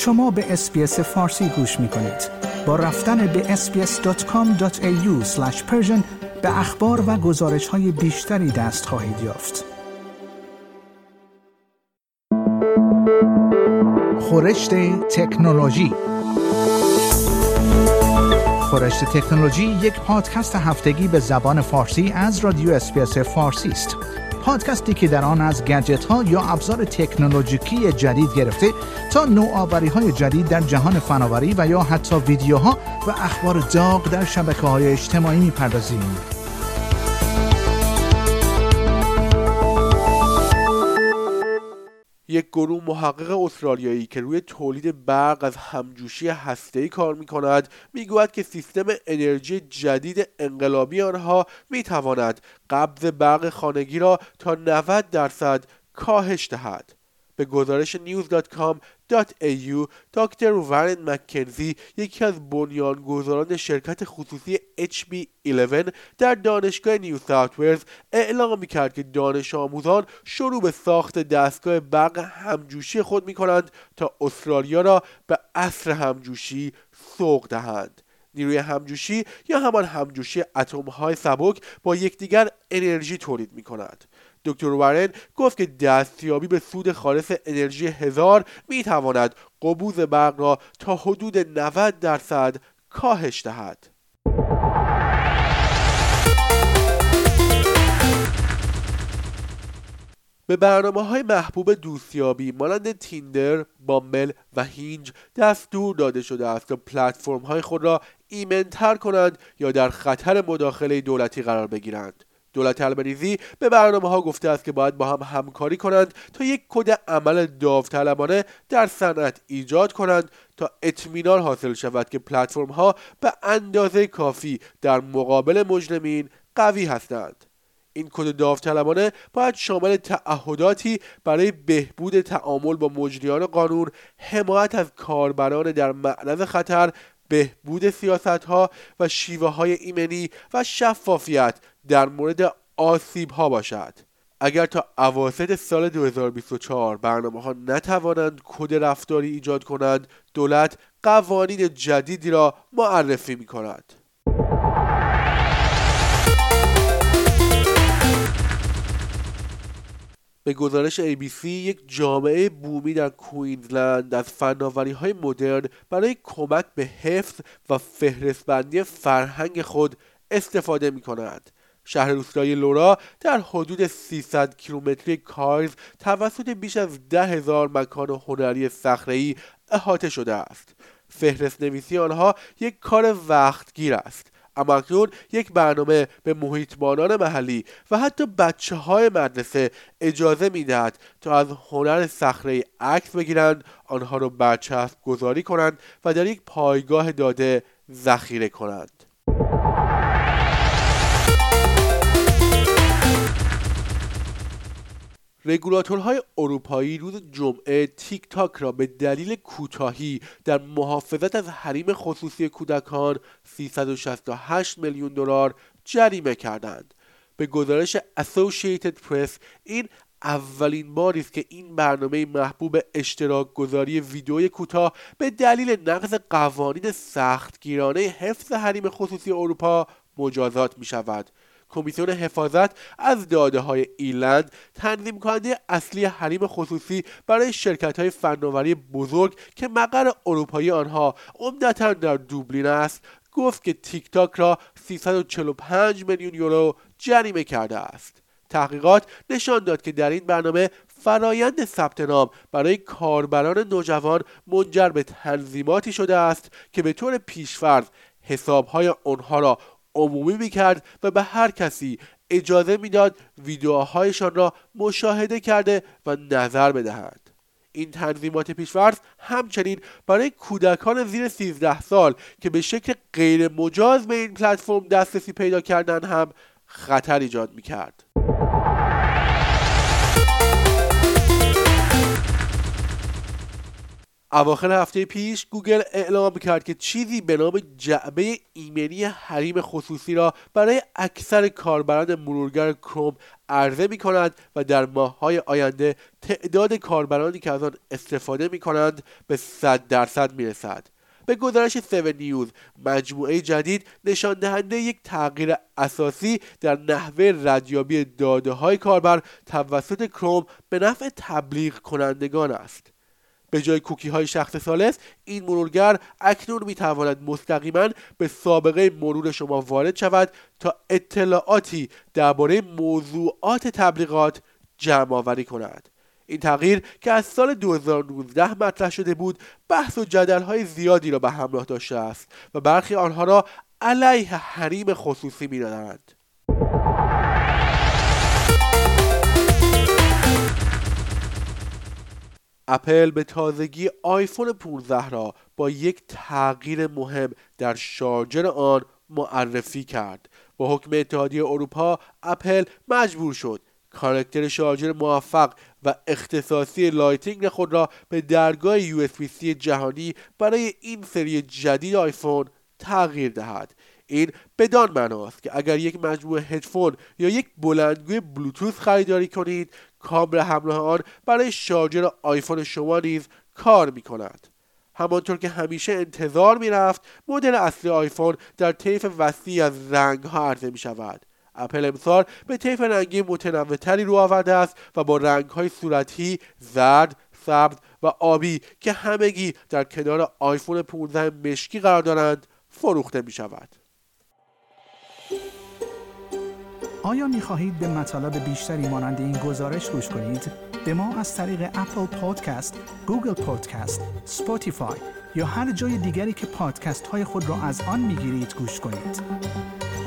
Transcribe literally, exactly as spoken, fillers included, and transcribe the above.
شما به اس‌بی‌اس فارسی گوش می‌کنید. با رفتن به اس بی اس دات کام دات ای یو اسلش پرشن به اخبار و گزارش‌های بیشتری دست خواهید یافت. خورشت تکنولوژی. خورشت تکنولوژی یک پادکست هفتگی به زبان فارسی از رادیو اس‌بی‌اس فارسی است. پادکستی که در آن از گجت‌ها یا ابزار تکنولوژیکی جدید گرفته تا نوآوری‌های جدید در جهان فناوری و یا حتی ویدیوها و اخبار داغ در شبکه‌های اجتماعی می‌پردازیم. یک گروه محقق استرالیایی که روی تولید برق از همجوشی هسته‌ای کار می‌کند می‌گوید که سیستم انرژی جدید انقلابی آنها می‌تواند قبض برق خانگی را تا نود درصد کاهش دهد. به گزارش نیوز دات کام دات ای یو دکتر وارن مکنزی، یکی از بنیانگذاران شرکت خصوصی اچ بی یازده در دانشگاه نیو ساوت ولز، اعلام می‌کرد که دانش آموزان شروع به ساخت دستگاه برق همجوشی خود می‌کنند تا استرالیا را به عصر همجوشی سوق دهند. نیروی همجوشی یا همان همجوشی اتم‌های سبک با یکدیگر انرژی تولید می‌کند. دکتر وارن گفت که دستیابی به سود خالص انرژی هزار می تواند قبوض برق را تا حدود نود درصد کاهش دهد. به برنامه‌های محبوب دوستیابی مانند تیندر، بامبل و هینج دستور داده شده است تا پلتفرم‌های خود را ایمن‌تر کنند یا در خطر مداخله دولتی قرار بگیرند. دولت البنیزی به برنامه‌ها گفته است که باید با هم همکاری کنند تا یک کد عمل داوطلبانه در صنعت ایجاد کنند تا اطمینان حاصل شود که پلتفرم‌ها به اندازه کافی در مقابل مجرمین قوی هستند. این کد داوطلبانه باید شامل تعهداتی برای بهبود تعامل با مجریان قانون، حمایت از کاربران در معرض خطر، بهبود سیاست‌ها و شیوه‌های ایمنی و شفافیت در مورد آسیب‌ها باشد. اگر تا اواسط سال دو هزار و بیست و چهار برنامه‌ها نتوانند کد رفتاری ایجاد کنند، دولت قوانین جدیدی را معرفی می‌کند. به گزارش ای بی سی، یک جامعه بومی در کوئینزلند از فناوری‌های مدرن برای کمک به حفظ و فهرست‌بندی فرهنگ خود استفاده می‌کند. شهر روستایی لورا در حدود سیصد کیلومتری کایز توسط بیش از ده هزار مکان هنری صخره‌ای احاطه شده است. فهرست نویسی آنها یک کار وقتگیر است، اما اکنون یک برنامه به محیطبانان محلی و حتی بچه های مدرسه اجازه میدهد تا از هنر صخره‌ای عکس بگیرند، آنها را برچسب گذاری کنند و در یک پایگاه داده ذخیره کنند. رگولاتورهای اروپایی روز جمعه تیک تاک را به دلیل کوتاهی در محافظت از حریم خصوصی کودکان سیصد و شصت و هشت میلیون دلار جریمه کردند. به گزارش اسوسییتد پرس، این اولین باری است که این برنامه محبوب اشتراک گذاری ویدیوی کوتاه به دلیل نقض قوانین سختگیرانه حفظ حریم خصوصی اروپا مجازات می شود. کمیسیون حفاظت از داده‌های ایرلند، تنظیم کننده اصلی حریم خصوصی برای شرکت‌های فناوری بزرگ که مقر اروپایی آنها عمدتاً در دوبلین است، گفت که تیک تاک را سیصد و چهل و پنج میلیون یورو جریمه کرده است. تحقیقات نشان داد که در این برنامه فرایند ثبت نام برای کاربران نوجوان منجر به تنظیماتی شده است که به طور پیش‌فرض حساب‌های آنها را عمومی می‌کرد و به هر کسی اجازه می‌داد ویدیوهایشان را مشاهده کرده و نظر بدهد. این تنظیمات پیش‌فرض همچنین برای کودکان زیر سیزده سال که به شکل غیر مجاز به این پلتفرم دسترسی پیدا کردن هم خطر ایجاد می‌کرد. اواخر هفته پیش گوگل اعلام کرد که چیزی به نام جعبه ایمنی حریم خصوصی را برای اکثر کاربران مرورگر کروم عرضه می کند و در ماه‌های آینده تعداد کاربرانی که از آن استفاده می کنند به صد درصد می رسد. به گزارش سون نیوز، مجموعه جدید نشان دهنده یک تغییر اساسی در نحوه ردیابی داده های کاربر توسط کروم به نفع تبلیغ کنندگان است. به جای کوکی های شخص ثالث، این مرورگر اکنون می تواند مستقیما به سابقه مرور شما وارد شود تا اطلاعاتی درباره موضوعات تبلیغات جمع آوری کند. این تغییر که از سال دو هزار و نوزده مطرح شده بود، بحث و جدل‌های زیادی را به همراه داشته است و برخی آنها را علیه حریم خصوصی می‌دانند. اپل به تازگی آیفون پانزده را با یک تغییر مهم در شارژر آن معرفی کرد. با حکم اتحادیه اروپا، اپل مجبور شد کاراکتر شارژر موفق و اختصاصی لایتنینگ خود را به درگاه یو اس بی سی جهانی برای این سری جدید آیفون تغییر دهد. این بدان معناست که اگر یک مجموعه هدفون یا یک بلندگوی بلوتوث خریداری کنید، کابل همراه آن برای شارژر آیفون شما نیز کار می کند. همانطور که همیشه انتظار می رفت، مدل اصلی آیفون در طیف وسیعی از رنگ ها عرضه می شود. اپل امسال به طیف رنگی متنوع‌تری رو آورده است و با رنگ‌های صورتی، زرد، سبز و آبی که همگی در کنار آیفون پانزده مشکی قرار دارند فروخته می شود. آیا می خواهید به مطالب بیشتری مانند این گزارش گوش کنید؟ به ما از طریق اپل پادکست، گوگل پادکست، اسپاتیفای یا هر جای دیگری که پادکست های خود را از آن می گیرید گوش کنید.